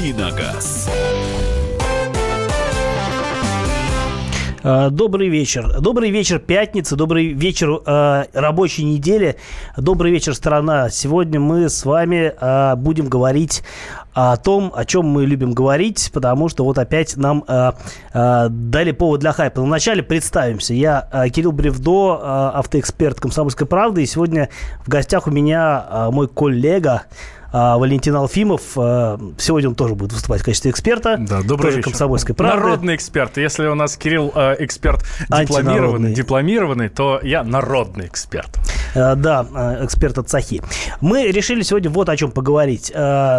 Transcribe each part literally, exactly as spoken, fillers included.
Давиногаз. Добрый вечер. Добрый вечер, пятница. Добрый вечер, э, рабочей недели. Добрый вечер, страна. Сегодня мы с вами э, будем говорить о том, о чем мы любим говорить, потому что вот опять нам э, э, дали повод для хайпа. Но вначале представимся. Я э, Кирилл Бревдо, э, автоэксперт «Комсомольской правды». И сегодня в гостях у меня э, мой коллега Валентин Алфимов. Сегодня он тоже будет выступать в качестве эксперта. Да, добрый вечер. «Комсомольской правды». Народный эксперт. Если у нас Кирилл э, эксперт дипломированный, дипломированный, то я народный эксперт. Да, эксперт от САХИ. Мы решили сегодня вот о чем поговорить.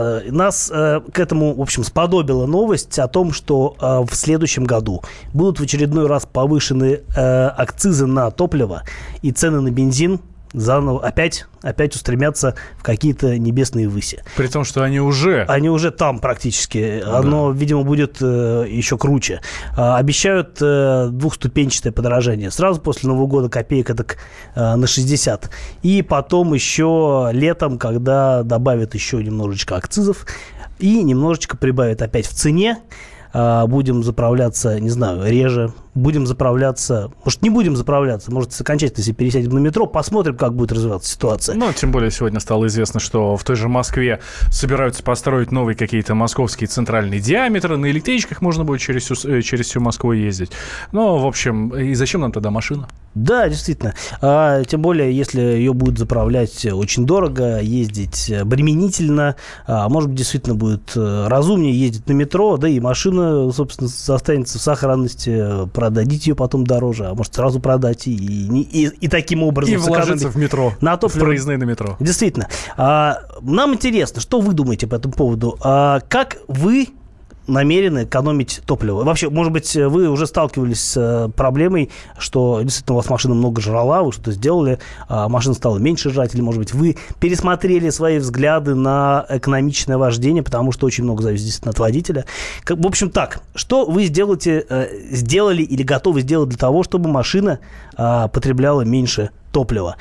Нас к этому, в общем, сподобила новость о том, что в следующем году будут в очередной раз повышены акцизы на топливо и цены на бензин заново опять, опять устремятся в какие-то небесные выси. При том, что они уже... Они уже там практически. Да. Оно, видимо, будет э, еще круче. А, обещают э, двухступенчатое подорожание. Сразу после Нового года копеек это э, на шестьдесят. И потом еще летом, когда добавят еще немножечко акцизов и немножечко прибавят опять в цене. Uh, будем заправляться, не знаю, реже. Будем заправляться... Может, не будем заправляться. Может, окончательно себе пересядем на метро. Посмотрим, как будет развиваться ситуация. Ну, тем более сегодня стало известно, что в той же Москве собираются построить новые какие-то московские центральные диаметры. На электричках можно будет через всю, через всю Москву ездить. Ну, в общем, и зачем нам тогда машина? Да, действительно. А, тем более, если ее будут заправлять очень дорого, ездить обременительно, а, может быть, действительно будет разумнее ездить на метро, да и машина, собственно, останется в сохранности, продадите ее потом дороже, а может, сразу продать и, и, и, и таким образом... И вложиться в метро, на топливо. В проездные на метро. Действительно. А, нам интересно, что вы думаете по этому поводу? А, как вы намерены экономить топливо? Вообще, может быть, вы уже сталкивались с э, проблемой, что действительно у вас машина много жрала, вы что-то сделали, а машина стала меньше жрать, или, может быть, вы пересмотрели свои взгляды на экономичное вождение, потому что очень много зависит действительно от водителя. Как, в общем, так, что вы сделаете, э, сделали или готовы сделать для того, чтобы машина э, потребляла меньше топлива?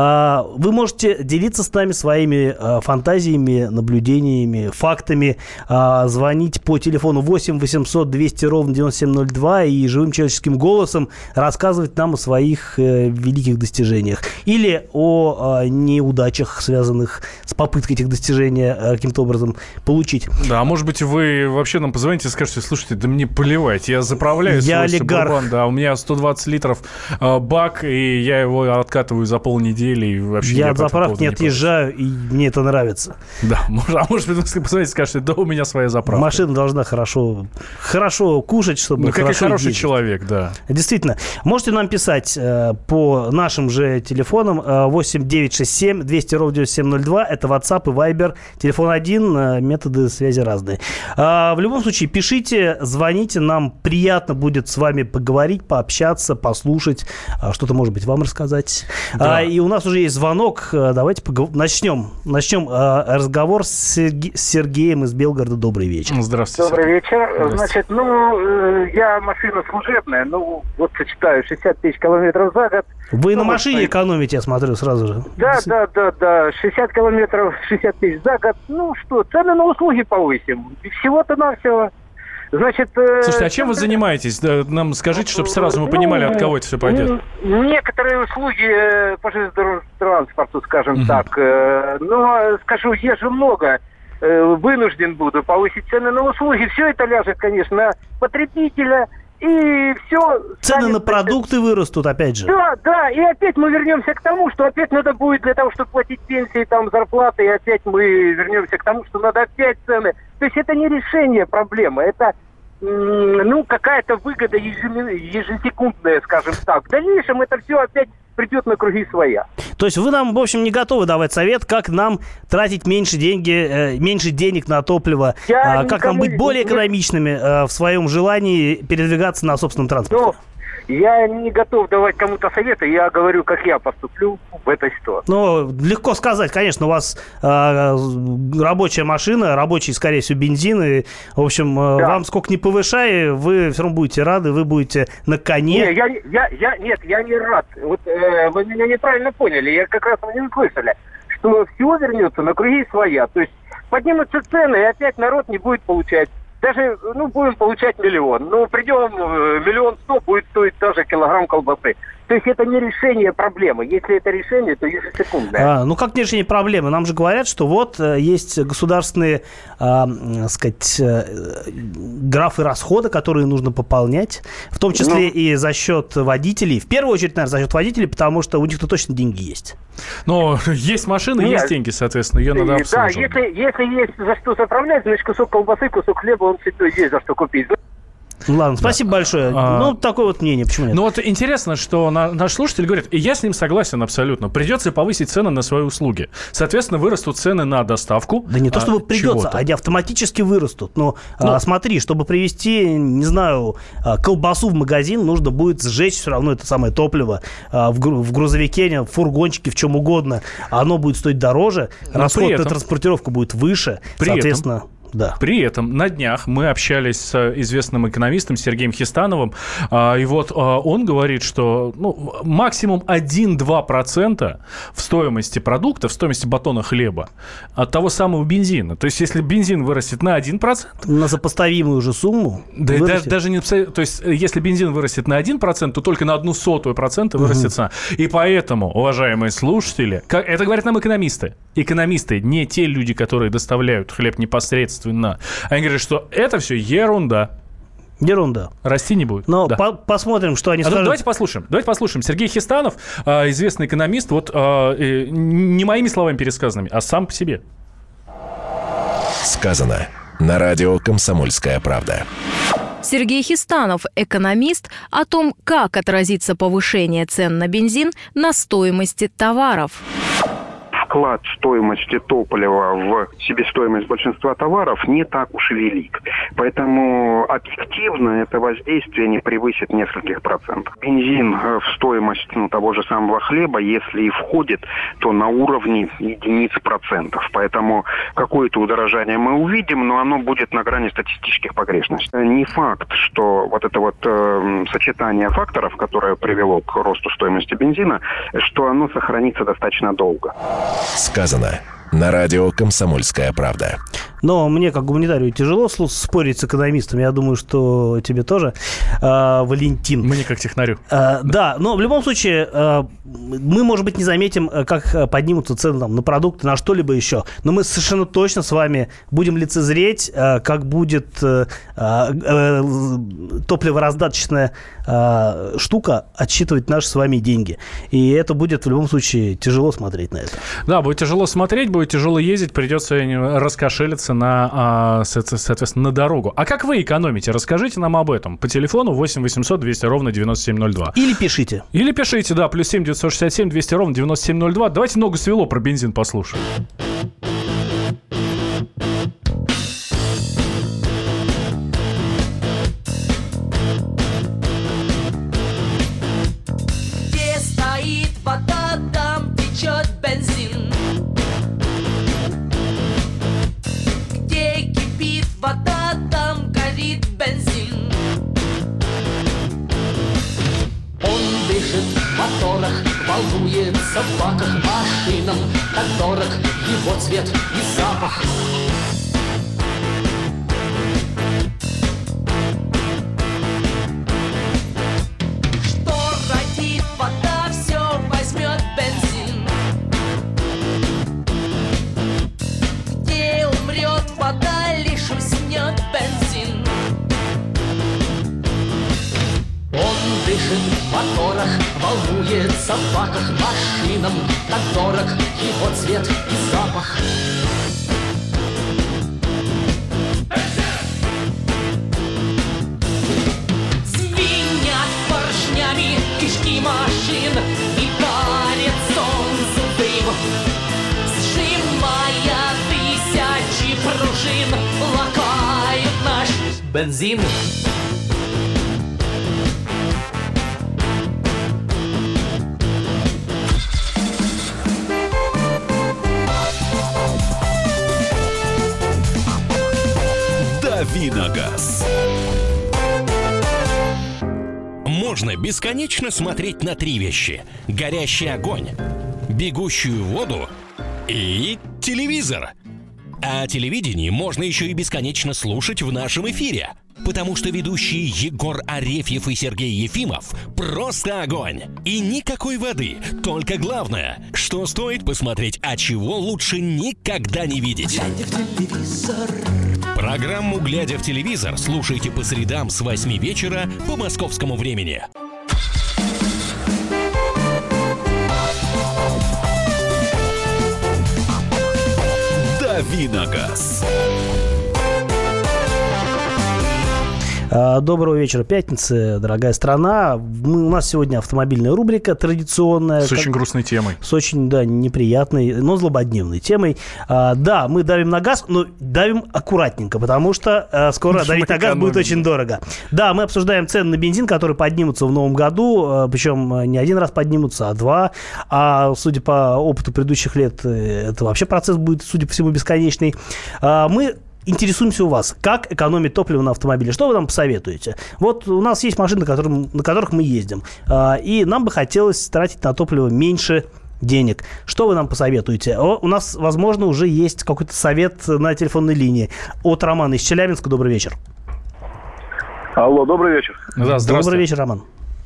Вы можете делиться с нами своими фантазиями, наблюдениями, фактами, звонить по телефону восемь восемьсот двести ровно девяносто семь ноль два и живым человеческим голосом рассказывать нам о своих великих достижениях или о неудачах, связанных с попыткой этих достижений каким-то образом получить. Да, а может быть, вы вообще нам позвоните и скажете: слушайте, да мне плевать, я заправляю я свой олигарх. Субурбан, да, у меня сто двадцать литров э, бак, и я его откатываю за полнедели. И вообще я я от заправки не отъезжаю, и мне это нравится. Да, может, а может быть, вы позвоните и скажете: да, у меня своя заправка. Машина должна хорошо, хорошо кушать, чтобы ну, хорошо как и хороший ездить. человек, да. Действительно. Можете нам писать э, по нашим же телефонам э, восемь девятьсот шестьдесят семь двести ровно девяносто семь ноль два. Это WhatsApp и Viber. Телефон один, э, методы связи разные. Э, в любом случае, пишите, звоните. Нам приятно будет с вами поговорить, пообщаться, послушать, э, что-то, может быть, вам рассказать. Да. Э, и у нас уже есть звонок. Э, давайте погов... начнем. Начнем э, разговор с, Серге... с Сергеем из Белгорода. Добрый вечер. Здравствуйте. Добрый вечер. Здравствуйте. Значит, ну, я машина служебная, ну, вот сочетаю шестьдесят тысяч километров за год. Вы ну, на машине вот, экономите, я смотрю, сразу же. Да, да, да, да, шестьдесят километров, шестьдесят тысяч за год. Ну что, цены на услуги повысим. Всего-то навсего. Значит, слушайте, а чем вы занимаетесь? Нам скажите, чтобы сразу мы понимали, от кого это все пойдет. Некоторые услуги по железнодорожному транспорту, скажем угу. так. Но, скажу, езжу много. Вынужден буду повысить цены на услуги. Все это ляжет, конечно, на потребителя. И все... Цены станет... на продукты вырастут, опять же. Да, да. И опять мы вернемся к тому, что опять надо будет для того, чтобы платить пенсии, там, зарплаты. И опять мы вернемся к тому, что надо опять цены. То есть это не решение проблемы. Это, ну, какая-то выгода ежесекундная, скажем так. В дальнейшем это все опять придет на круги своя. То есть вы нам, в общем, не готовы давать совет, как нам тратить меньше деньги, э, меньше денег на топливо, э, как нам быть более экономичными э, в своем желании передвигаться на собственном транспорте? Ну, я не готов давать кому-то советы, я говорю, как я поступлю в этой ситуации. Ну, легко сказать, конечно, у вас э, рабочая машина, рабочий, скорее всего, бензин, и, в общем, э, да. вам сколько ни повышай, вы все равно будете рады, вы будете на коне. Не, я, я, я, нет, я не рад. Вот э, вы меня неправильно поняли, я как раз вы не услышали, что все вернется на круги своя. То есть поднимутся цены, и опять народ не будет получать. Даже, ну, будем получать миллион. Ну, придем, миллион сто будет стоить тоже килограмм колбасы. То есть это не решение проблемы. Если это решение, то ежесекундное. А, ну, как не решение проблемы? Нам же говорят, что вот есть государственные, а, сказать, графы расхода, которые нужно пополнять, в том числе ну, и за счет водителей. В первую очередь, наверное, за счет водителей, потому что у них-то точно деньги есть. Но есть машина, Нет. есть деньги, соответственно, ее надо обслуживать. Да, если, если есть за что заправлять, значит, кусок колбасы, кусок хлеба, он всегда есть за что купить. Ладно, спасибо да. большое. А, ну, такое вот мнение, почему нет? Ну, вот интересно, что на, наш слушатель говорит, и я с ним согласен абсолютно, придется повысить цены на свои услуги. Соответственно, вырастут цены на доставку. Да не то, чтобы а, придется, чего-то. Они автоматически вырастут. Но ну, а, смотри, чтобы привезти, не знаю, колбасу в магазин, нужно будет сжечь все равно это самое топливо а, в, гру- в грузовике, в фургончике, в чем угодно. Оно будет стоить дороже, расход этом, на транспортировку будет выше, соответственно... Этом... Да. При этом на днях мы общались с известным экономистом Сергеем Хистановым, и вот он говорит, что ну, максимум один-два процента в стоимости продукта, в стоимости батона хлеба от того самого бензина. То есть, если бензин вырастет на один процент... На сопоставимую уже сумму? Да, да, даже не... То есть, если бензин вырастет на один процент, то только на одну сотую процента вырастет цена. Угу. И поэтому, уважаемые слушатели, как, это говорят нам экономисты. Экономисты, не те люди, которые доставляют хлеб непосредственно. Они говорят, что это все ерунда. Ерунда. Расти не будет. Но да. по- посмотрим, что они а скажут. Давайте послушаем. Давайте послушаем. Сергей Хистанов, э, известный экономист, вот э, не моими словами пересказанными, а сам по себе. Сказано на радио «Комсомольская правда». Сергей Хистанов, экономист, о том, как отразится повышение цен на бензин на стоимости товаров. Вклад стоимости топлива в себестоимость большинства товаров не так уж и велик. Поэтому объективно это воздействие не превысит нескольких процентов. Бензин в стоимость ну, того же самого хлеба, если и входит, то на уровне единиц процентов. Поэтому какое-то удорожание мы увидим, но оно будет на грани статистических погрешностей. Не факт, что вот это вот э, сочетание факторов, которое привело к росту стоимости бензина, что оно сохранится достаточно долго. Сказано на радио «Комсомольская правда». Но мне, как гуманитарию, тяжело спорить с экономистом. Я думаю, что тебе тоже, э, Валентин. Мне как технарю. Э, да, но в любом случае э, мы, может быть, не заметим, как поднимутся цены там, на продукты, на что-либо еще. Но мы совершенно точно с вами будем лицезреть, э, как будет э, э, топливораздаточная э, штука отсчитывать наши с вами деньги. И это будет в любом случае тяжело смотреть на это. Да, будет тяжело смотреть, будет тяжело ездить, придется раскошелиться на, соответственно, на дорогу. А как вы экономите? Расскажите нам об этом. По телефону восемь восемьсот двести ровно девяносто семь ноль два. Или пишите. Или пишите, да, плюс семь девятьсот шестьдесят семь двести ровно девяносто семь ноль два. Давайте «Ногу свело» про бензин послушаем. Где стоит вода, там течет бензин. Вода, там горит бензин. Он дышит в моторах, волнуется в баках, машинам так дорог его цвет и запах. Что родит вода, все возьмет бензин. Где умрет вода, лишь уснет бензин. Он дышит в моторах, волнуется в баках, машинам так дорог его цвет и запах. Звенят поршнями кишки машин, и парит солнце дым, сжимая тысячи пружин, лакает наш бензин. Давиногаз. Можно бесконечно смотреть на три вещи: горящий огонь, бегущую воду и телевизор. А телевидение можно еще и бесконечно слушать в нашем эфире. Потому что ведущие Егор Арефьев и Сергей Ефимов просто огонь. И никакой воды, только главное, что стоит посмотреть, а чего лучше никогда не видеть. Программу «Глядя в телевизор» слушайте по средам с восьми вечера по московскому времени. Давиногаз. Доброго вечера, пятница, дорогая страна. Мы, у нас сегодня автомобильная рубрика традиционная. С очень как, грустной темой. С очень, да, неприятной, но злободневной темой. А, да, мы давим на газ, но давим аккуратненько, потому что а, скоро давить на газ будет очень дорого. Да, мы обсуждаем цены на бензин, которые поднимутся в новом году, а, причем не один раз поднимутся, а два. А судя по опыту предыдущих лет, это вообще процесс будет, судя по всему, бесконечный. А, мы интересуемся у вас, как экономить топливо на автомобиле. Что вы нам посоветуете? Вот у нас есть машины, на, которым, на которых мы ездим, и нам бы хотелось тратить на топливо меньше денег. Что вы нам посоветуете? О, у нас, возможно, уже есть какой-то совет на телефонной линии от Романа из Челябинска. Добрый вечер. Алло, добрый вечер. Да, здравствуйте. Добрый вечер, Роман.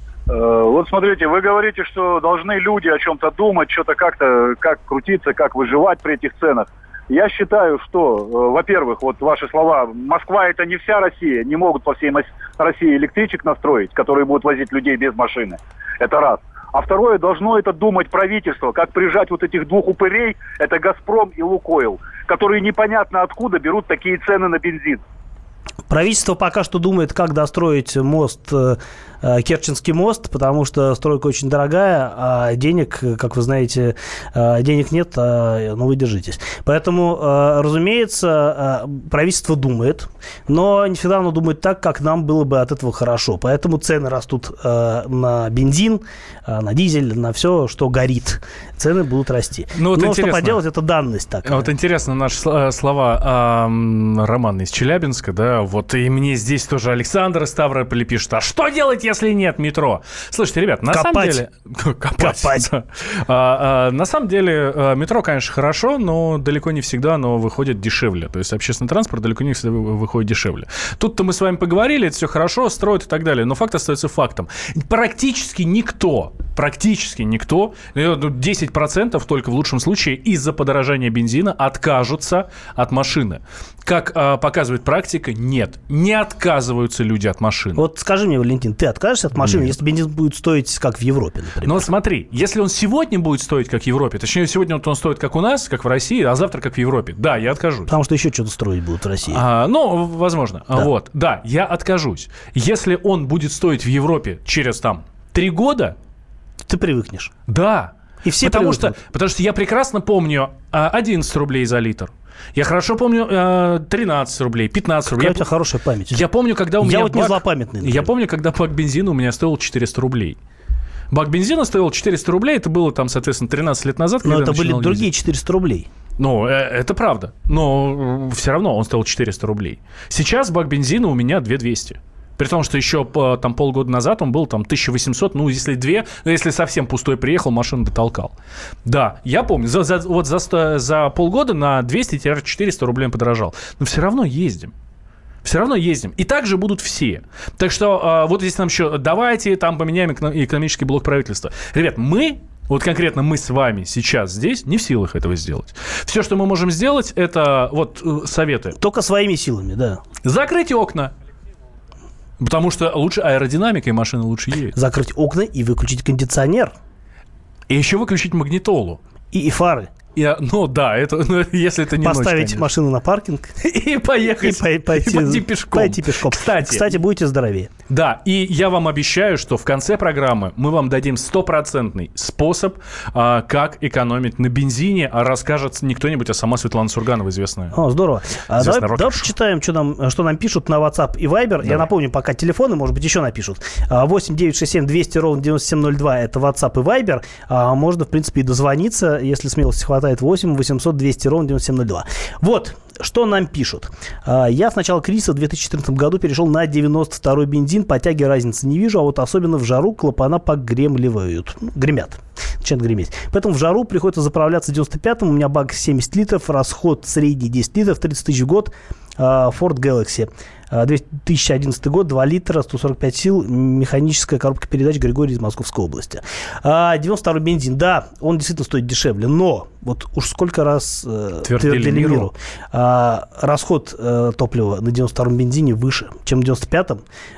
Э, вот смотрите, вы говорите, что должны люди о чем-то думать, что-то как-то, как крутиться, как выживать при этих ценах. Я считаю, что, э, во-первых, вот ваши слова, Москва это не вся Россия, не могут по всей мос- России электричек настроить, которые будут возить людей без машины. Это раз. А второе, должно это думать правительство, как прижать вот этих двух упырей, это «Газпром» и «Лукойл», которые непонятно откуда берут такие цены на бензин. Правительство пока что думает, как достроить мост, э, Керченский мост, потому что стройка очень дорогая, а денег, как вы знаете, э, денег нет, а, ну вы держитесь. Поэтому, э, разумеется, э, правительство думает, но не всегда оно думает так, как нам было бы от этого хорошо. Поэтому цены растут э, на бензин, э, на дизель, на все, что горит. Цены будут расти. Ну, вот но что поделать, это данность такая. Вот интересно наши слова э, Романа из Челябинска, да, вот и мне здесь тоже Александр из Ставрополя пишет, а что делать, если нет метро? Слушайте, ребят, на Копать. самом деле... Копать. Копать. Да. А, а, на самом деле метро, конечно, хорошо, но далеко не всегда оно выходит дешевле. То есть общественный транспорт далеко не всегда выходит дешевле. Тут-то мы с вами поговорили, это все хорошо, строят и так далее, но факт остается фактом. Практически никто, практически никто, десять процентов только в лучшем случае из-за подорожания бензина откажутся от машины. Как а, показывает практика, нет, не отказываются люди от машины. Вот скажи мне, Валентин, ты откажешься от машины, Нет. если бензин будет стоить, как в Европе, например? Но смотри, если он сегодня будет стоить, как в Европе, точнее, сегодня вот он стоит, как у нас, как в России, а завтра, как в Европе, да, я откажусь. Потому что еще что-то строить будут в России. А, ну, возможно. Да. Вот, да, я откажусь. Если он будет стоить в Европе через, там, три года... Ты привыкнешь. Да. И все потому привыкнут. что, потому что я прекрасно помню одиннадцать рублей за литр. Я хорошо помню тринадцать рублей, пятнадцать рублей. Какая у тебя хорошая память. Я помню, когда у меня Я вот не бак... злопамятный, например. Я помню, когда бак бензина у меня стоил четыреста рублей. Бак бензина стоил четыреста рублей, это было там, соответственно, тринадцать лет назад. Но когда это я были начинал другие ездить. четыреста рублей. Ну, э, это правда. Но э, все равно он стоил четыреста рублей. Сейчас бак бензина у меня две тысячи двести. При том, что еще там, полгода назад он был там тысяча восемьсот, ну, если две, ну, если совсем пустой приехал, машину дотолкал. Да, я помню, за, за, вот за, за полгода на двести-четыреста рублей подорожал. Но все равно ездим. Все равно ездим. И так же будут все. Так что вот здесь нам еще давайте там поменяем экономический блок правительства. Ребят, мы... Вот конкретно мы с вами сейчас здесь не в силах этого сделать. Все, что мы можем сделать, это вот советы. Только своими силами, да. Закрыть окна. Потому что лучше аэродинамика, и машина лучше едет. Закрыть окна и выключить кондиционер. И еще выключить магнитолу. И, и фары. И, ну да, это, ну, если это не Поставить ночь, машину на паркинг. И поехать. И, по, пойти, и пойти пешком. Пойти пешком. Кстати, Кстати, будете здоровее. Да, и я вам обещаю, что в конце программы мы вам дадим стопроцентный способ, а, как экономить на бензине, а расскажет не кто-нибудь, а сама Светлана Сурганова, известная. О, здорово. А давай, рок-н-ролл. давай почитаем, что нам, что нам пишут на WhatsApp и Viber. Давай. Я напомню, пока телефоны, может быть, еще напишут. восемь девятьсот шестьдесят семь двести ровно девяносто семь ноль два это WhatsApp и Viber. А можно, в принципе, и дозвониться, если смелости хватает, восемь восемьсот двести ровно девяносто семь ноль два. Вот, что нам пишут? А, я с начала кризиса в две тысячи четырнадцатом году перешел на девяносто второй бензин. По тяге разницы не вижу, а вот особенно в жару клапана погремливают. Гремят. Начинают греметь. Поэтому в жару приходится заправляться девяносто пятым. У меня бак семьдесят литров, расход средний десять литров, тридцать тысяч в год. Ford Galaxy. две тысячи одиннадцатый год, два литра, сто сорок пять сил, механическая коробка передач, Григорий из Московской области. девяносто второй бензин, да, он действительно стоит дешевле, но вот уж сколько раз э, твердили, твердили миру, миру а, расход э, топлива на девяносто втором бензине выше, чем в девяносто пятом.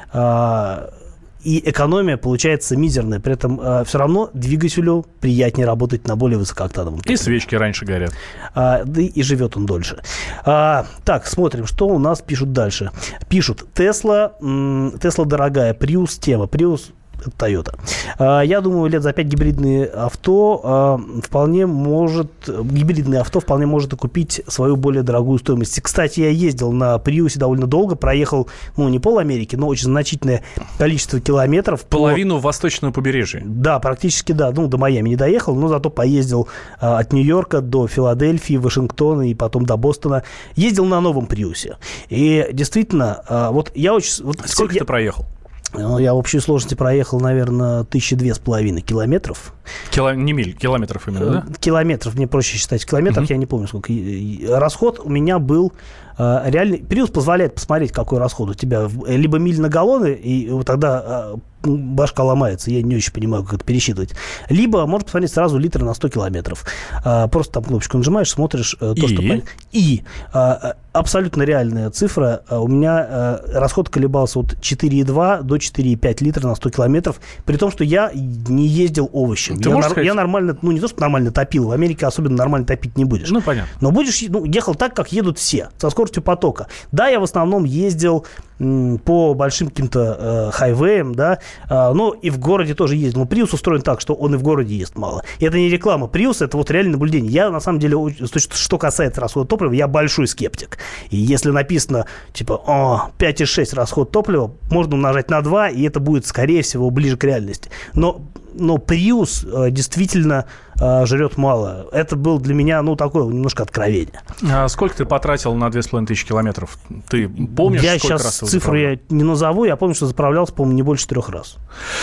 А, и экономия получается мизерная. При этом э, все равно двигателю приятнее работать на более высокооктановом топливе. И свечки раньше горят. А, да и живет он дольше. А, так, смотрим, что у нас пишут дальше. Пишут, Тесла, Тесла дорогая, Prius тема. Prius Toyota. А, я думаю, лет за пять гибридные авто а, вполне может гибридное авто вполне может окупить свою более дорогую стоимость. Кстати, я ездил на Приусе довольно долго, проехал, ну, не пол Америки, но очень значительное количество километров. Половину по... восточного побережья. Да, практически, да. Ну, до Майами не доехал, но зато поездил а, от Нью-Йорка до Филадельфии, Вашингтона и потом до Бостона. Ездил на новом Приусе. И действительно, а, вот я очень... Вот, сколько я... ты проехал? Я в общей сложности проехал, наверное, тысячи две с половиной километров. Кило... Не миль, километров именно, да? Километров, мне проще считать километров, uh-huh. я не помню сколько. Расход у меня был э, реальный. Приус позволяет посмотреть, какой расход у тебя. Либо миль на галлоны, и вот тогда э, башка ломается, я не очень понимаю, как это пересчитывать. Либо можно посмотреть сразу литр на сто километров. Э, просто там кнопочку нажимаешь, смотришь э, то, и? что... И э, абсолютно реальная цифра. У меня э, расход колебался от четыре и два до четыре и пять литра на сто километров, при том, что я не ездил овощем. Я, нар- я нормально, ну не то, что нормально топил, в Америке особенно нормально топить не будешь. Ну, понятно. Но будешь, ну, ехал так, как едут все, со скоростью потока. Да, я в основном ездил м, по большим каким-то э, хайвеям, да, э, но и в городе тоже ездил. Но Prius устроен так, что он и в городе ест мало. И это не реклама Prius, это вот реально наблюдение. Я, на самом деле, что касается расхода топлива, я большой скептик. И если написано, типа, о, пять и шесть расход топлива, можно умножать на два, и это будет, скорее всего, ближе к реальности. Но, но Prius э, действительно э, жрет мало. Это было для меня, ну, такое немножко откровение. А сколько ты потратил на две с половиной тысячи километров? Ты помнишь, я сколько сейчас раз ты цифру я не назову, я помню, что заправлялся, по-моему, не больше трех раз.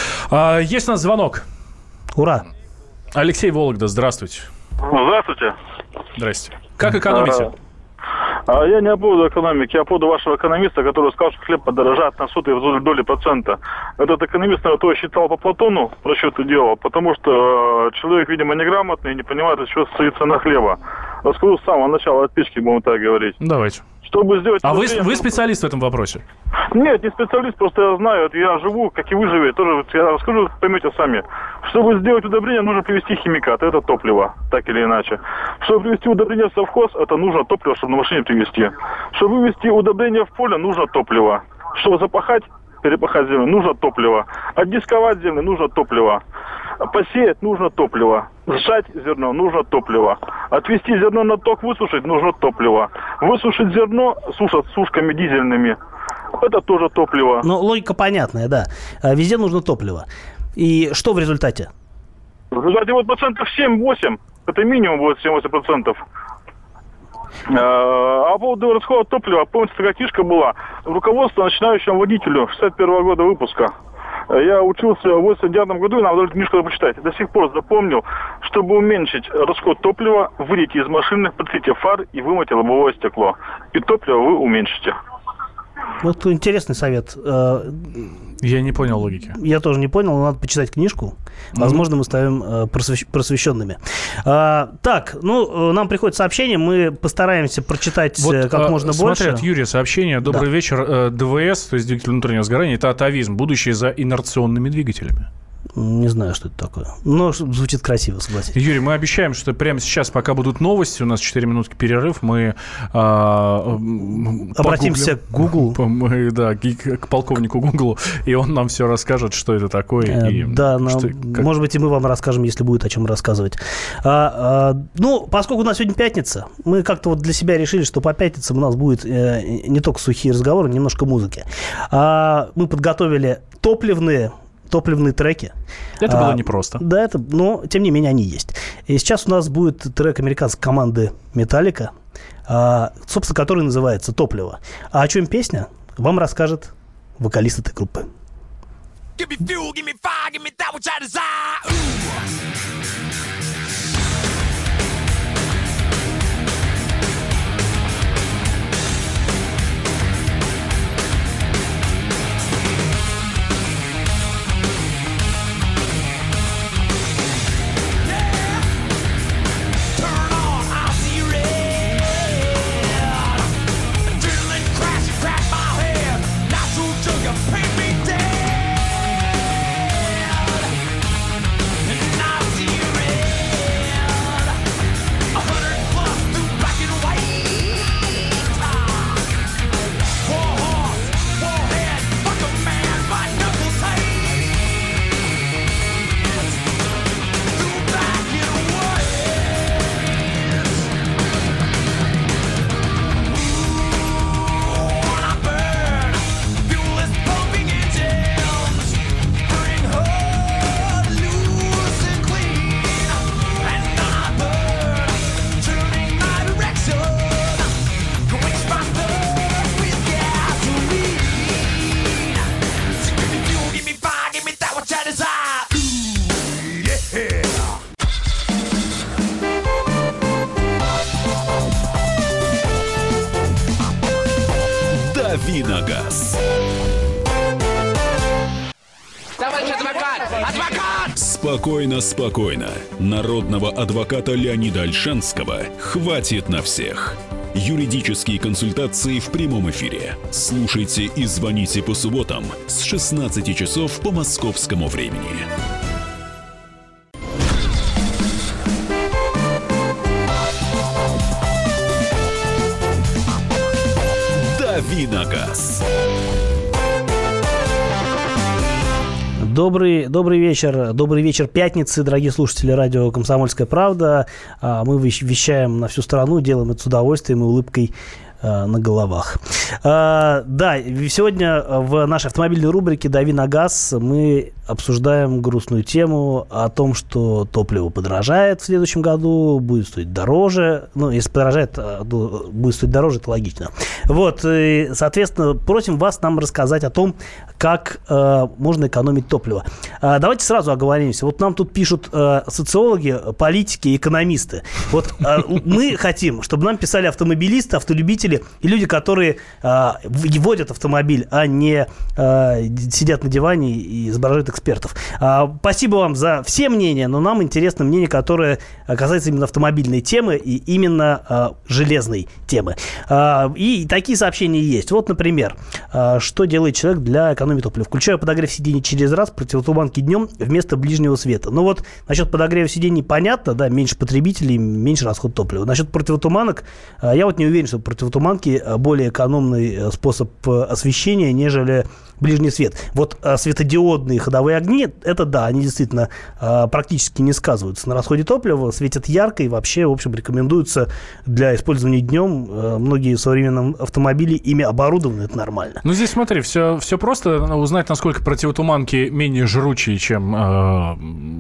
А, есть у нас звонок. Ура! Алексей, Вологда, здравствуйте. Здравствуйте. Здрасте. Как экономите? А, я не о поводу экономики, а о поводу вашего экономиста, который сказал, что хлеб подорожает на сотые доли процента. Этот экономист, наверное, то считал по Платону, расчеты делал, потому что человек, видимо, неграмотный и не понимает, из чего состоит цена хлеба. Расскажу с самого начала отписки, будем так говорить. Давайте. Чтобы сделать... А вы, вы специалист в этом вопросе? Нет, не специалист, просто я знаю, я живу, как и вы живете, тоже я расскажу, поймете сами. Чтобы сделать удобрение, нужно привезти химикат, это топливо, так или иначе. Чтобы привезти удобрение в совхоз, это нужно топливо, чтобы на машине привезти. Чтобы вывезти удобрение в поле, нужно топливо. Чтобы запахать, перепахать землю, нужно топливо. Отдисковать землю, нужно топливо. Посеять нужно топливо. Сжать зерно нужно топливо. Отвести зерно на ток, высушить нужно топливо. Высушить зерно, сушат сушками дизельными. Это тоже топливо. Ну, логика понятная, да. Везде нужно топливо. И что в результате? В результате вот процентов семь-восемь. Это минимум будет семь-восемь процентов. А по поводу расхода топлива, помните, такая книжка была. Руководство начинающему водителю шестьдесят первого года выпуска. Я учился в восемьдесят девятом году, и нам дали книжку почитать. До сих пор запомнил, чтобы уменьшить расход топлива, выйдите из машины, подсветите фар и вымойте лобовое стекло. И топливо вы уменьшите. Вот интересный совет. Я не понял логики. Я тоже не понял, но надо почитать книжку. Возможно, mm-hmm. мы станем э, просвещ... просвещенными. А, так, ну, нам приходит сообщение, мы постараемся прочитать вот, как а, можно больше. Смотри, от Юрия сообщение. Добрый да. вечер. Э, ДВС, то есть двигатель внутреннего сгорания, это атовизм, будущее за инерционными двигателями. Не знаю, что это такое. Но звучит красиво, согласен. Юрий, мы обещаем, что прямо сейчас, пока будут новости, у нас четыре минутки перерыв, мы а, обратимся к Google. Мы, да, к полковнику Google, и он нам все расскажет, что это такое. Э, и да, что, нам, как... может быть, и мы вам расскажем, если будет о чем рассказывать. А, а, ну, поскольку у нас сегодня пятница, мы как-то вот для себя решили, что по пятницам у нас будет э, не только сухие разговоры, немножко музыки. А, мы подготовили топливные топливные треки. Это было а, непросто. Да, это, но тем не менее они есть. И сейчас у нас будет трек американской команды Metallica, а, собственно, который называется «Топливо». А о чем песня, вам расскажет вокалист этой группы. Give me fuel, give me fire, give me that which I desire. Ooh. Давиногаз. Товарищ адвокат! Адвокат! Спокойно, спокойно. Народного адвоката Леонида Ольшанского хватит на всех. Юридические консультации в прямом эфире. Слушайте и звоните по субботам с шестнадцати часов по московскому времени. Давиногаз. Добрый, добрый вечер, добрый вечер пятницы, дорогие слушатели радио «Комсомольская правда». Мы вещаем на всю страну, делаем это с удовольствием и улыбкой на головах. А, да, сегодня в нашей автомобильной рубрике «Дави на газ» мы обсуждаем грустную тему о том, что топливо подорожает в следующем году, будет стоить дороже. Ну, если подорожает, будет стоить дороже, это логично. Вот, и, соответственно, просим вас нам рассказать о том, как э, можно экономить топливо. А, давайте сразу оговоримся. Вот нам тут пишут э, социологи, политики, экономисты. Вот э, мы хотим, чтобы нам писали автомобилисты, автолюбители и люди, которые э, водят автомобиль, а не э, сидят на диване и изображают экспертов. А, спасибо вам за все мнения, но нам интересно мнение, которое касается именно автомобильной темы и именно а, железной темы. А, и такие сообщения есть. Вот, например, а, что делает человек для экономии топлива? Включаю подогрев сидений через раз, противотуманки днем вместо ближнего света. Ну вот, насчет подогрева сидений понятно, да, меньше потребителей, меньше расход топлива. Насчет противотуманок, а, я вот не уверен, что противотуманки более экономный способ освещения, нежели ближний свет. Вот а, светодиодные ходовые огни, это да, они действительно а, практически не сказываются на расходе топлива, светят ярко и вообще, в общем, рекомендуются для использования днем. А, многие современные автомобили ими оборудованы, это нормально. Ну, здесь смотри, все, все просто узнать, насколько противотуманки менее жручие, чем э,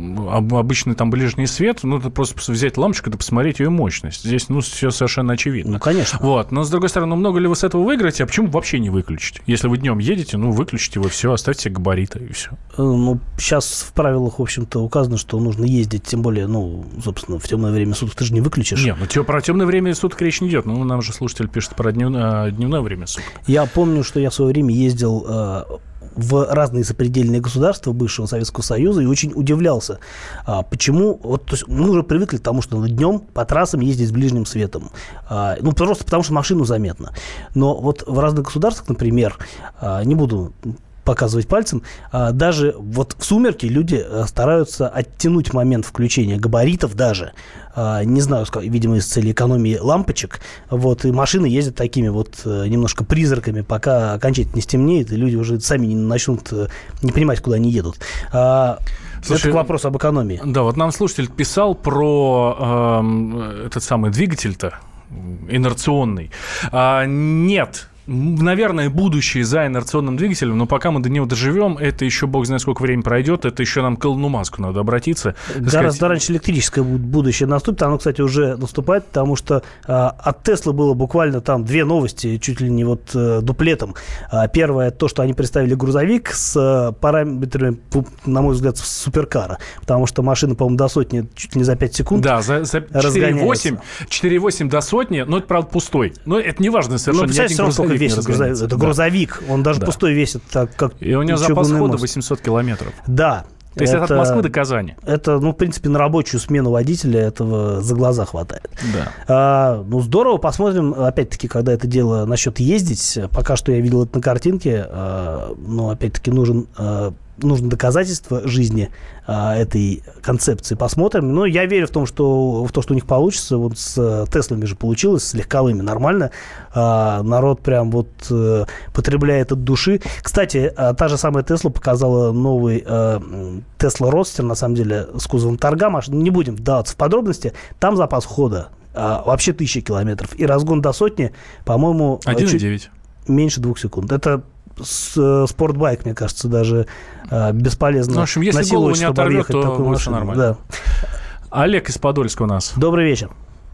обычный там ближний свет. Ну, это просто взять лампочку и посмотреть ее мощность. Здесь, ну, все совершенно очевидно. Ну, конечно. Вот. Но, с другой стороны, ну, много ли вы с этого выиграете, а почему вообще не выключить? Если вы днем едете, ну, выключите. Выключите его, все, оставьте габариты и все. Ну, сейчас в правилах, в общем-то, указано, что нужно ездить, тем более, ну, собственно, в темное время суток ты же не выключишь. Нет, ну про темное время суток речь не идет. Ну, нам же слушатель пишет про дневное, дневное время суток. Я помню, что я в свое время ездил э, в разные сопредельные государства бывшего Советского Союза и очень удивлялся, а, почему, вот, то есть мы уже привыкли к тому, что днем по трассам ездить с ближним светом. А, ну, просто потому что машину заметно. Но вот в разных государствах, например, а, не буду показывать пальцем, а, даже вот в сумерки люди стараются оттянуть момент включения габаритов даже, а, не знаю, видимо, из цели экономии лампочек, вот, и машины ездят такими вот немножко призраками, пока окончательно не стемнеет, и люди уже сами не начнут не понимать, куда они едут. А, Слушай, это к вопросу об экономии. Да, вот нам слушатель писал про э, этот самый двигатель-то, инерционный. А, нет, наверное, будущее за инерционным двигателем, но пока мы до него доживем, это еще бог знает сколько времени пройдет, это еще нам к Илону Маску надо обратиться. Гораздо сказать... раньше электрическое будущее наступит, оно, кстати, уже наступает, потому что а, от Теслы было буквально там две новости, чуть ли не вот а, дуплетом. А, первое, то, что они представили грузовик с а, параметрами, на мой взгляд, суперкара, потому что машина, по-моему, до сотни чуть ли не за пять секунд. Да, за, за четыре восемь, четыре восемь до сотни, но это, правда, пустой. Но это не важно совершенно. Ну, представляете, все равно весит грузовик. Это да. грузовик, он даже да. пустой весит, так как и у него запас хода восемьсот километров. Да. То есть это, это от Москвы до Казани. Это, ну, в принципе, на рабочую смену водителя этого за глаза хватает. Да. А, ну, здорово, посмотрим, опять-таки, когда это дело насчет ездить. Пока что я видел это на картинке, а, но, опять-таки, нужен... А, нужно доказательство жизни а, этой концепции. Посмотрим. Но я верю в, том, что, в то, что у них получится. Вот с Теслами же получилось, с легковыми нормально. А, народ прям вот а, потребляет от души. Кстати, а, та же самая Тесла показала новый Тесла Родстер, на самом деле, с кузовом торга. Не будем вдаваться в подробности. Там запас хода а, вообще тысяча километров. И разгон до сотни, по-моему, один и девять. Меньше двух секунд. Это с, спортбайк, мне кажется, даже э, бесполезно. Ну, в общем, если голову не оторвет, то будет все нормально. Да. Олег из Подольска у нас. Добрый вечер.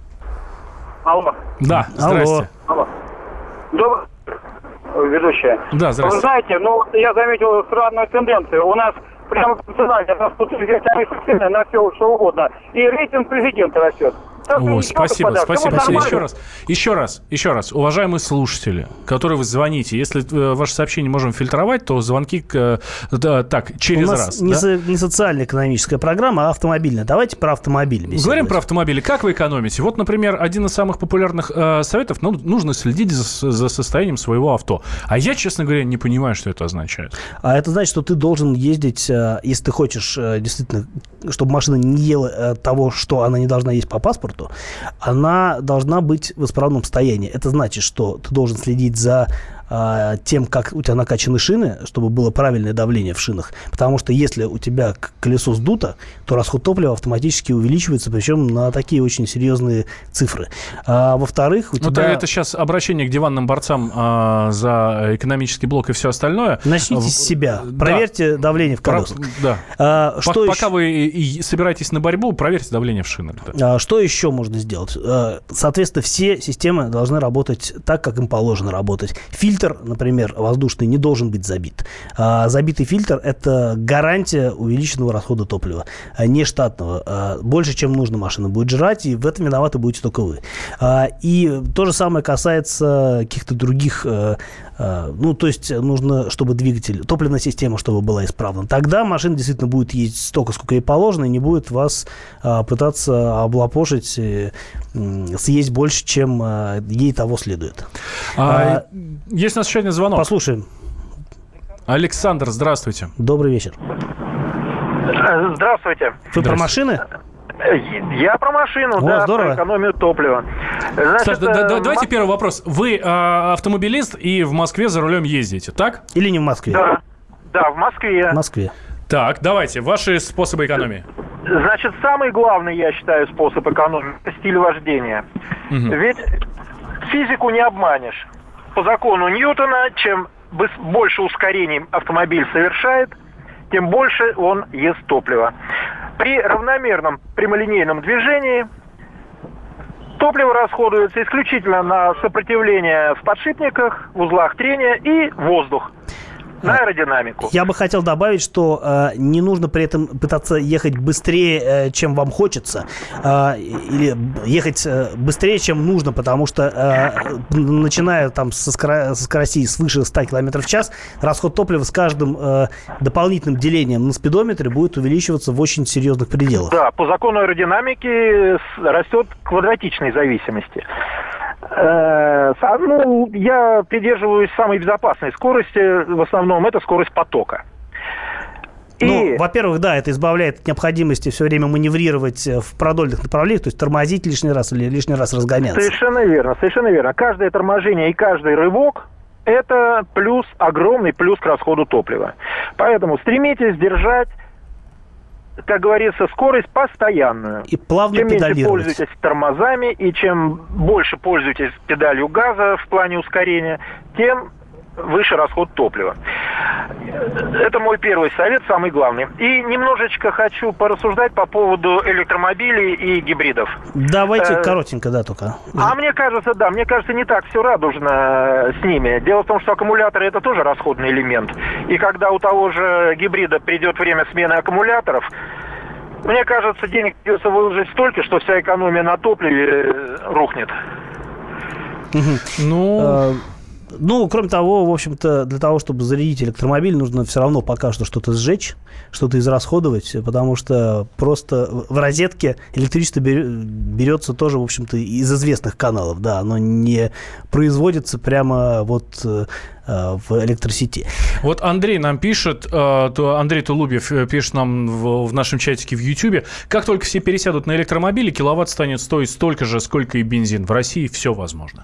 Алло. Да, здрасте. Алло. Добрый ведущая. Да, здрасте. Вы знаете, ну, я заметил странную тенденцию. У нас прямо национально, у нас тут на все, что угодно. И рейтинг президента растет. О, спасибо, спасибо. Еще раз, еще раз, еще раз. Уважаемые слушатели, которые вы звоните, если э, ваше сообщение можем фильтровать, то звонки к, да, так, через раз. У нас раз. Не, да? со, не социально-экономическая программа, а автомобильная. Давайте про автомобили беседовать. Говорим про автомобили. Как вы экономите? Вот, например, один из самых популярных э, советов, ну, нужно следить за, за состоянием своего авто. А я, честно говоря, не понимаю, что это означает. А это значит, что ты должен ездить, э, если ты хочешь э, действительно, чтобы машина не ела э, того, что она не должна есть по паспорту, она должна быть в исправном состоянии. Это значит, что ты должен следить за а, тем, как у тебя накачаны шины, чтобы было правильное давление в шинах. Потому что если у тебя колесо сдуто, то расход топлива автоматически увеличивается, причем на такие очень серьезные цифры. А, во-вторых, у ну, тебя... Это сейчас обращение к диванным борцам а, за экономический блок и все остальное. Начните с себя. Да. Проверьте давление в колесах. Про... Да. А, что Пока еще... вы и собираетесь на борьбу, проверьте давление в шинах. Да. А, что еще можно сделать? А, соответственно, все системы должны работать так, как им положено работать. Фильтр, например, воздушный, не должен быть забит. А, забитый фильтр – это гарантия увеличенного расхода топлива, а не штатного. А, больше, чем нужно, машина будет жрать, и в этом виноваты будете только вы. А, и то же самое касается каких-то других... А, а, ну, то есть нужно, чтобы двигатель, топливная система, чтобы была исправна. Тогда машина действительно будет ездить столько, сколько ей положено, и не будет вас а, пытаться облапошить, и, съесть больше, чем а, ей того следует. А, а, есть у нас еще один звонок. Послушаем. Александр, здравствуйте. Добрый вечер. Здравствуйте. Вы про машины? Я про машину, О, да, здорово. про экономию топлива. Значит, Саш, да, да, давайте м- первый вопрос. Вы а, автомобилист и в Москве за рулем ездите, так? Или не в Москве? Да, да, в Москве. В Москве. Так, давайте, ваши способы экономии. Значит, самый главный, я считаю, способ экономии – это стиль вождения. Угу. Ведь физику не обманешь. По закону Ньютона, чем больше ускорений автомобиль совершает, тем больше он ест топлива. При равномерном прямолинейном движении топливо расходуется исключительно на сопротивление в подшипниках, в узлах трения и воздух. На аэродинамику. Я бы хотел добавить, что э, не нужно при этом пытаться ехать быстрее, э, чем вам хочется, э, или ехать э, быстрее, чем нужно, потому что э, начиная там со, скоро- со скоростей свыше ста километров в час, расход топлива с каждым э, дополнительным делением на спидометре будет увеличиваться в очень серьезных пределах. Да, по закону аэродинамики растет квадратичной зависимости. Э, ну, я придерживаюсь самой безопасной скорости, в основном это скорость потока. И... Ну, во-первых, да, это избавляет от необходимости все время маневрировать в продольных направлениях, то есть тормозить лишний раз или лишний раз разгоняться. Совершенно верно, совершенно верно. Каждое торможение и каждый рывок – это плюс, огромный плюс к расходу топлива. Поэтому стремитесь держать как говорится, скорость постоянную. И плавно чем меньше педалировать. пользуетесь тормозами, и чем больше пользуетесь педалью газа в плане ускорения, тем выше расход топлива. Это мой первый совет, самый главный. И немножечко хочу порассуждать по поводу электромобилей и гибридов. Давайте Э, коротенько, да, только. А мне кажется, да, мне кажется, не так все радужно с ними. Дело в том, что аккумуляторы – это тоже расходный элемент. И когда у того же гибрида придет время смены аккумуляторов, мне кажется, денег придется выложить столько, что вся экономия на топливе рухнет. Ну... Ну, кроме того, в общем-то, для того, чтобы зарядить электромобиль, нужно все равно пока что что-то сжечь, что-то израсходовать, потому что просто в розетке электричество берется тоже, в общем-то, из известных каналов, да, оно не производится прямо вот в электросети. Вот Андрей нам пишет, Андрей Тулубьев пишет нам в, в нашем чатике в Ютьюбе, как только все пересядут на электромобили, киловатт станет стоить столько же, сколько и бензин. В России все возможно.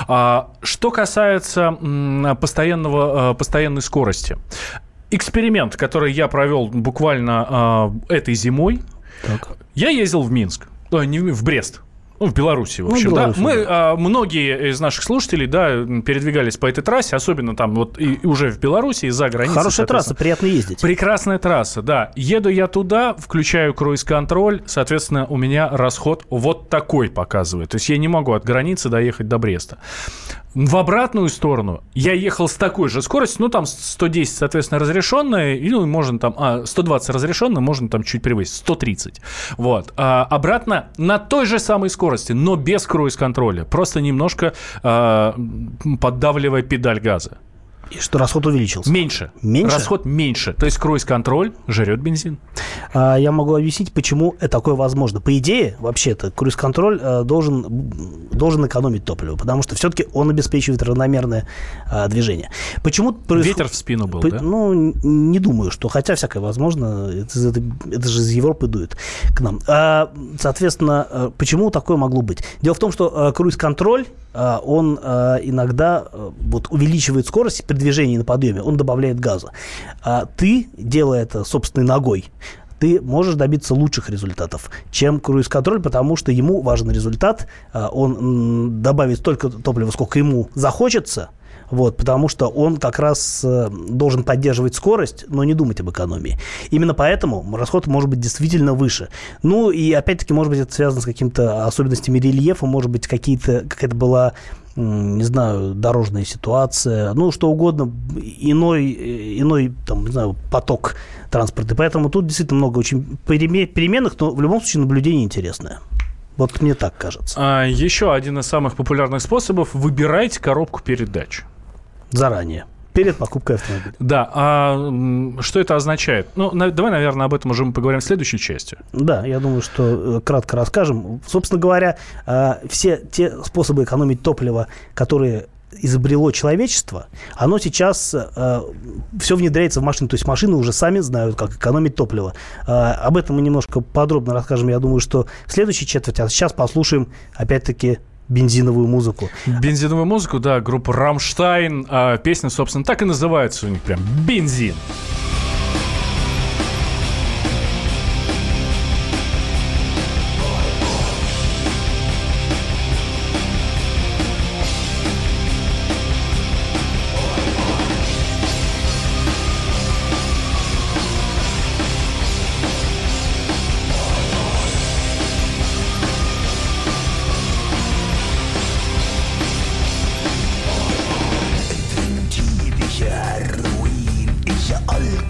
Что касается постоянного, постоянной скорости. Эксперимент, который я провел буквально этой зимой. Так. Я ездил в Минск, не в Брест. Ну, в Беларуси, в общем, ну, Беларусь, да. Мы, да. А, многие из наших слушателей, да, передвигались по этой трассе, особенно там вот и, и уже в Беларуси, и за границей. Хорошая трасса, приятно ездить. Прекрасная трасса, да. Еду я туда, включаю круиз-контроль, соответственно, у меня расход вот такой показывает. То есть я не могу от границы доехать до Бреста. В обратную сторону я ехал с такой же скоростью, ну, там сто десять, соответственно, разрешенная, и, ну, можно там, а, сто двадцать разрешенная, можно там чуть превысить, сто тридцать. Вот. А обратно на той же самой скорости, но без круиз-контроля, просто немножко а, поддавливая педаль газа. И что расход увеличился? Меньше. Меньше? Расход меньше. То есть круиз-контроль жрет бензин. А, я могу объяснить, почему это такое возможно. По идее, вообще-то, круиз-контроль а, должен, должен экономить топливо, потому что все-таки он обеспечивает равномерное а, движение. Почему происход... Ветер в спину был, По... да? Ну, не думаю, что... Хотя всякое возможно. Это, это, это же из Европы дует к нам. А, соответственно, почему такое могло быть? Дело в том, что а, круиз-контроль, а, он а, иногда а, вот, увеличивает скорость при движении на подъеме, он добавляет газа. А ты, делая это собственной ногой, ты можешь добиться лучших результатов, чем круиз-контроль, потому что ему важен результат. Он добавит столько топлива, сколько ему захочется, вот, потому что он как раз должен поддерживать скорость, но не думать об экономии. Именно поэтому расход может быть действительно выше. Ну и опять-таки, может быть, это связано с какими-то особенностями рельефа, может быть, какие-то, какая-то была, не знаю, дорожная ситуация, ну, что угодно, иной, иной там, не знаю, поток транспорта. Поэтому тут действительно много очень переменных, но в любом случае наблюдение интересное. Вот мне так кажется. А, еще один из самых популярных способов – выбирайте коробку передач. Заранее. Перед покупкой автомобиля. Да. А что это означает? Ну, на, давай, наверное, об этом уже мы поговорим в следующей части. Да, я думаю, что э, кратко расскажем. Собственно говоря, э, все те способы экономить топливо, которые изобрело человечество, оно сейчас э, все внедряется в машины. То есть машины уже сами знают, как экономить топливо. Э, об этом мы немножко подробно расскажем, я думаю, что в следующей четверти. А сейчас послушаем, опять-таки, бензиновую музыку. Бензиновую музыку, да, группа «Рамштайн». А песня, собственно, так и называется у них прям «Бензин». Ruin, ich all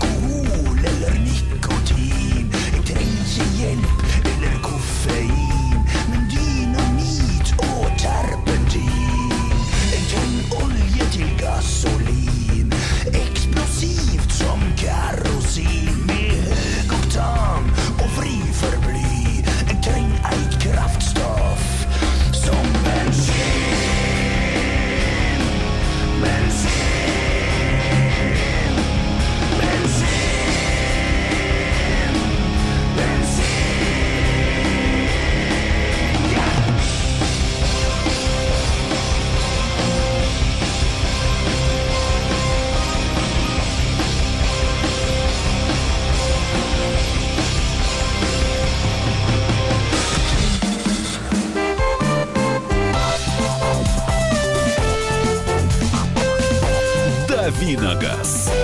Давиногаз.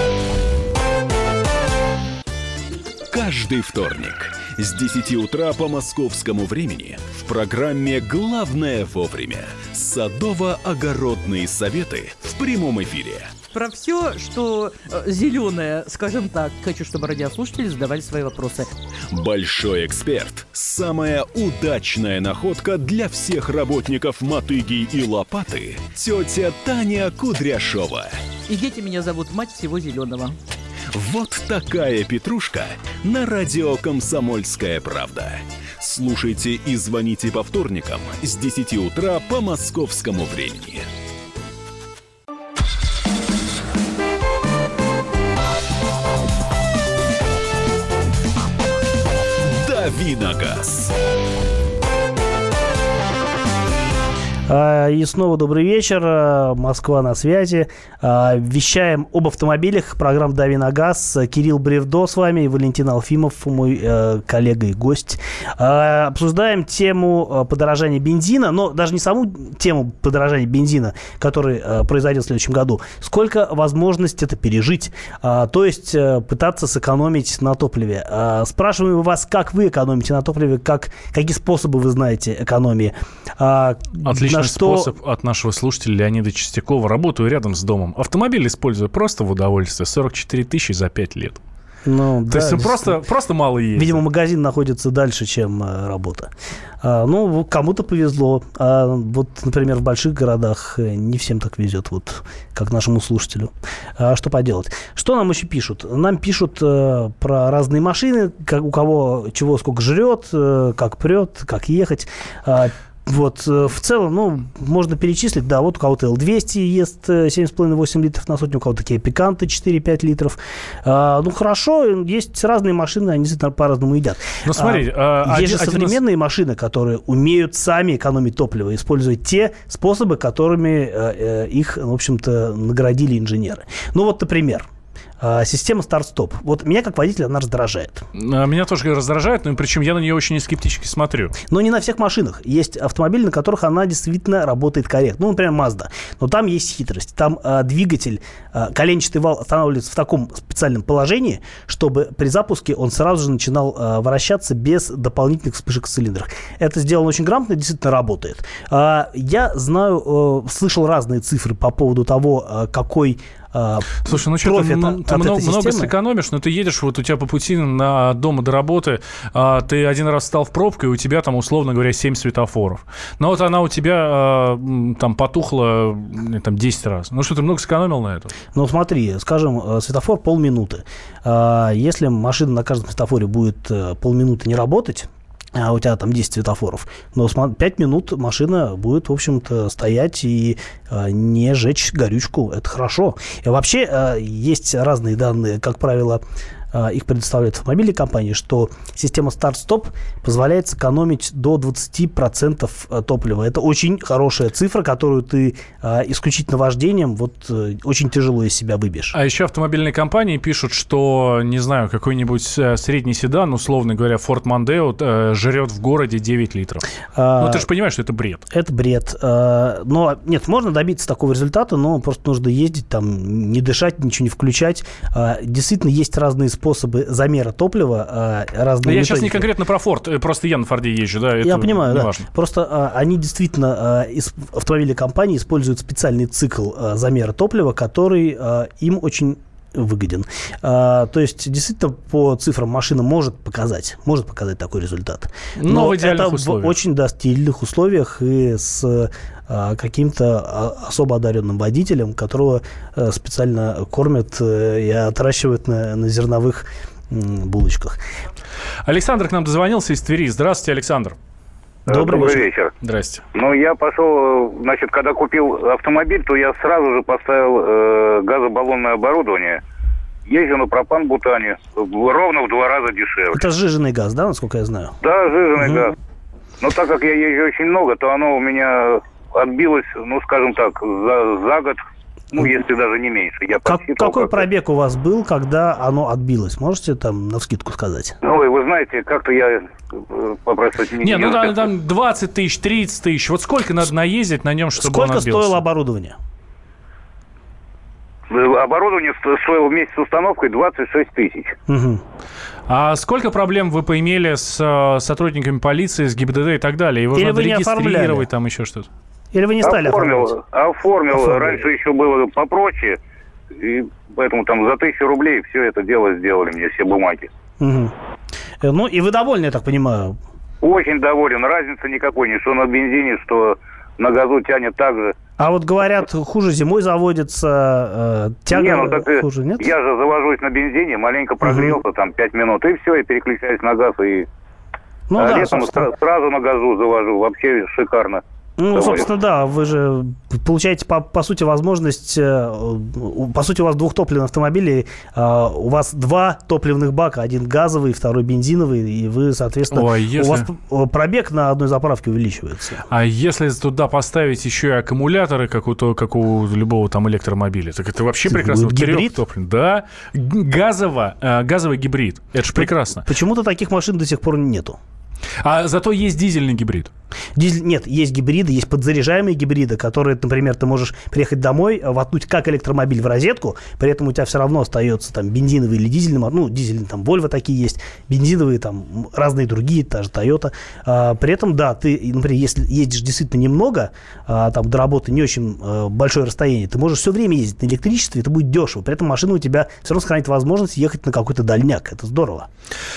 Каждый вторник с десяти утра по московскому времени в программе «Главное вовремя» садово-огородные советы в прямом эфире. Про все, что э, зеленое, скажем так, хочу, чтобы радиослушатели задавали свои вопросы. Большой эксперт. Самая удачная находка для всех работников мотыги и лопаты. Тетя Таня Кудряшова. И дети меня зовут мать всего зеленого. Вот такая петрушка на радио «Комсомольская правда». Слушайте и звоните по вторникам с десяти утра по московскому времени. Давиногаз. И снова добрый вечер. Москва на связи. Вещаем об автомобилях. Программа «Дави на газ». Кирилл Бревдо с вами и Валентин Алфимов, мой коллега и гость. Обсуждаем тему подорожания бензина, но даже не саму тему подорожания бензина, который произойдет в следующем году, сколько возможность это пережить, то есть пытаться сэкономить на топливе. Спрашиваем вас, как вы экономите на топливе, как, какие способы вы знаете экономии. Отличный что... способ от нашего слушателя Леонида Чистякова. Работаю рядом с домом. Автомобиль использую просто в удовольствие. сорок четыре тысячи за пять лет. Ну, То да, есть просто, просто мало ездит. Видимо, магазин находится дальше, чем а, работа. А, ну, кому-то повезло. А, вот, например, в больших городах не всем так везет, вот, как нашему слушателю. А, что поделать? Что нам еще пишут? Нам пишут а, про разные машины, как, у кого чего сколько жрет, а, как прет, как ехать. А, Вот, в целом, ну, можно перечислить, да, вот у кого-то эл двести ест семь с половиной - восемь литров на сотню, у кого-то такие пиканты четыре-пять литров. А, ну, хорошо, есть разные машины, они действительно по-разному едят. Ну, смотри, а, а, есть один, же современные один... машины, которые умеют сами экономить топливо, используя те способы, которыми э, э, их, в общем-то, наградили инженеры. Ну, вот, например, система старт-стоп. Вот меня как водителя она раздражает. Меня тоже раздражает, но причем я на нее очень скептически смотрю. Но не на всех машинах. Есть автомобили, на которых она действительно работает корректно. Ну, например, Mazda. Но там есть хитрость. Там э, двигатель, э, коленчатый вал останавливается в таком специальном положении, чтобы при запуске он сразу же начинал э, вращаться без дополнительных вспышек в цилиндрах. Это сделано очень грамотно, действительно работает. Э, я знаю, э, слышал разные цифры по поводу того, э, какой Слушай, ну что, ты, от, ты от много, много сэкономишь, но ты едешь, вот у тебя по пути на дома до работы, а, ты один раз встал в пробку, и у тебя там, условно говоря, семь светофоров. Но вот она у тебя а, там потухла там, десять раз. Ну что, ты много сэкономил на это? Ну смотри, скажем, светофор полминуты. А, если машина на каждом светофоре будет полминуты не работать, а у тебя там десять светофоров, но пять минут машина будет, в общем-то, стоять и э, не жечь горючку. Это хорошо. И вообще э, есть разные данные, как правило, э, их предоставляют автомобильные компании, что система старт-стоп позволяет сэкономить до двадцать процентов топлива. Это очень хорошая цифра, которую ты э, исключительно вождением вот, э, очень тяжело из себя выбьешь. А еще автомобильные компании пишут, что, не знаю, какой-нибудь средний седан, условно говоря, Ford Mondeo, э, жрет в городе девять литров. А, ну, ты же понимаешь, что это бред. Это бред. А, но, нет, можно добиться такого результата, но просто нужно ездить, там, не дышать, ничего не включать. А, действительно, есть разные способы замера топлива, а, разные Я методики. сейчас не конкретно про Ford, просто я на Форде езжу, да, это я понимаю, не да. важно. Просто а, они действительно, а, из, автомобильные компании используют специальный цикл а, замера топлива, который а, им очень выгоден. А, то есть, действительно, по цифрам машина может показать, может показать такой результат. Но, Но в идеальных это условиях. в очень, да, стильных условиях и с а, каким-то а, особо одаренным водителем, которого а, специально кормят а, и отращивают на, на зерновых м, булочках. Александр к нам дозвонился из Твери. Здравствуйте, Александр. Добрый, Добрый вечер. вечер. Здрасте. Ну, я пошел, значит, когда купил автомобиль, то я сразу же поставил э, газобаллонное оборудование. Езжу на пропан-бутане, ровно в два раза дешевле. Это сжиженный газ, да, насколько я знаю? Да, сжиженный угу. газ. Но так как я езжу очень много, то оно у меня отбилось, ну, скажем так, за, за год, ну, если даже не меньше. Я как, какой как-то. пробег у вас был, когда оно отбилось? Можете там навскидку сказать? Ну, и вы знаете, как-то я попросить... Не, ну там, там двадцать тысяч, тридцать тысяч. Вот сколько надо наездить на нем, чтобы сколько он отбился? стоило оборудование? Оборудование стоило вместе с установкой двадцать шесть тысяч. Угу. А сколько проблем вы поимели с э, сотрудниками полиции, с ГИБДД и так далее? Его Или надо вы не регистрировать, оформляли? там еще что-то? Или вы не стали оформил, оформлять? Оформил. Оформили. Раньше еще было попроще. И поэтому там за тысячу рублей все это дело сделали мне, все бумаги. Угу. Ну, и вы довольны, я так понимаю? Очень доволен. Разницы никакой. Ни что на бензине, что на газу тянет так же. А вот говорят, хуже зимой заводится, э, тяга не, ну, так хуже, нет? Я же завожусь на бензине, маленько прогрелся, угу. там пять минут, и все, и переключаюсь на газ, и ну, а да, летом собственно. сразу на газу завожу. Вообще шикарно. Ну, Доволен. собственно, да, вы же получаете, по, по сути, возможность, э, по сути, у вас двухтопливный автомобиль, э, у вас два топливных бака, один газовый, второй бензиновый, и вы, соответственно, Ой, если... у вас пробег на одной заправке увеличивается. А если туда поставить еще и аккумуляторы, как у, то, как у любого там электромобиля, так это вообще прекрасно. Гибрид? Трехтопливный. Да, газово, э, газовый гибрид, это же прекрасно. Почему-то таких машин до сих пор нету. А зато есть дизельный гибрид. Дизель... Нет, есть гибриды, есть подзаряжаемые гибриды, которые, например, ты можешь приехать домой, воткнуть как электромобиль в розетку, при этом у тебя все равно остается там бензиновый или дизельный, ну, дизельный, там, Volvo такие есть, бензиновые, там, разные другие, та же Toyota. А, при этом, да, ты, например, если ездишь действительно немного, а, там, до работы не очень а, большое расстояние, ты можешь все время ездить на электричестве, это будет дешево. При этом машина у тебя все равно сохранит возможность ехать на какой-то дальняк. Это здорово.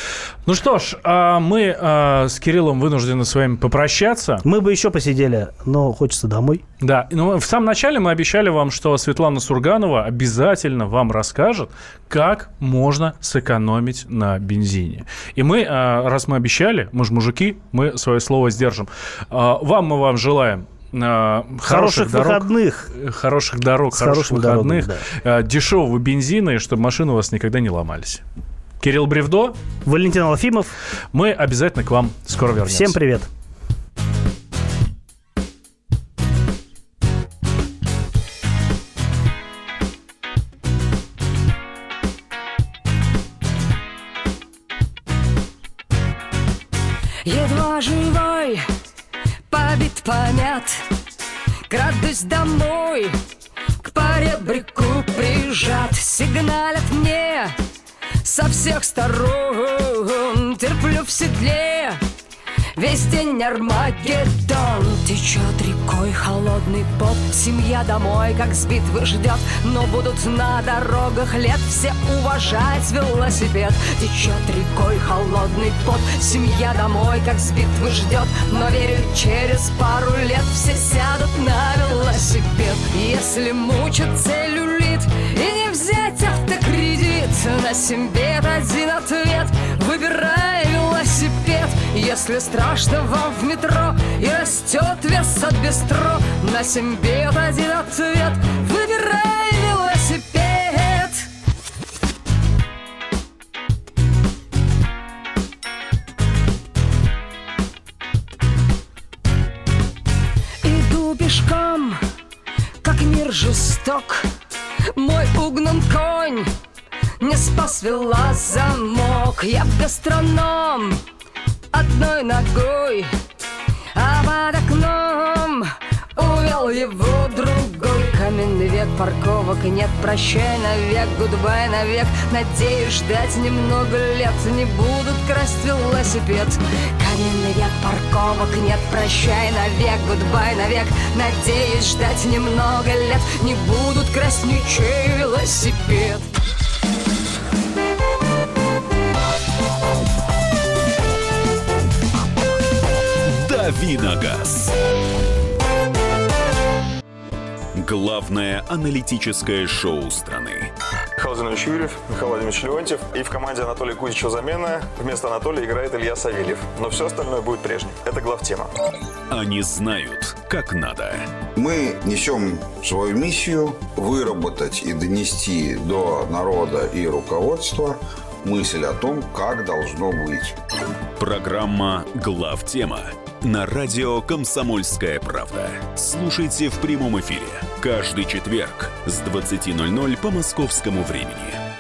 Ну что ж, мы с Кириллом вынуждены с вами попрощаться. Мы бы еще посидели, но хочется домой. Да, но в самом начале мы обещали вам, что Светлана Сурганова обязательно вам расскажет, как можно сэкономить на бензине. И мы, раз мы обещали, мы же мужики, мы свое слово сдержим. Вам мы вам желаем Хороших, хороших дорог, выходных. Хороших дорог, с хороших выходных, дорогами, да. Дешевого бензина, и чтобы машины у вас никогда не ломались. Кирилл Бревдо, Валентин Алфимов. Мы обязательно к вам скоро вернемся. Всем привет. Едва живой, побит, помят, крадусь домой, к поребрику прижат, сигналят мне со всех сторон, терплю в седле весь день Армагеддон. Течет рекой холодный пот, семья домой, как с битвы ждет, но будут на дорогах лет все уважать велосипед. Течет рекой холодный пот, семья домой, как с битвы ждет, но верю, через пару лет все сядут на велосипед. Если мучит целлюлит и не взять автокредит, на семь бед один ответ: выбирай велосипед. Если страшно вам в метро и растет вес от бистро, на семь бед один ответ: выбирай велосипед. Иду пешком, как мир жесток, мой угнан конь не спас, вела замок. Я гастроном одной ногой, а под окном увел его другой. Каменный век, парковок нет, прощай навек, гудбай навек. Надеюсь, ждать немного лет, не будут красть велосипед. Каменный век, парковок нет, прощай навек, гудбай навек. Надеюсь, ждать немного лет, не будут красть ничей велосипед. «Дави на газ». Главное аналитическое шоу страны. Михаил Владимирович Юрьев, Михаил Владимирович Леонтьев. И в команде Анатолия Кузичева замена. Вместо Анатолия играет Илья Савельев. Но все остальное будет прежним. Это главтема. Они знают, как надо. Мы несем свою миссию выработать и донести до народа и руководства мысль о том, как должно быть. Программа «Главтема» на радио «Комсомольская правда». Слушайте в прямом эфире каждый четверг с двадцати ноль-ноль по московскому времени.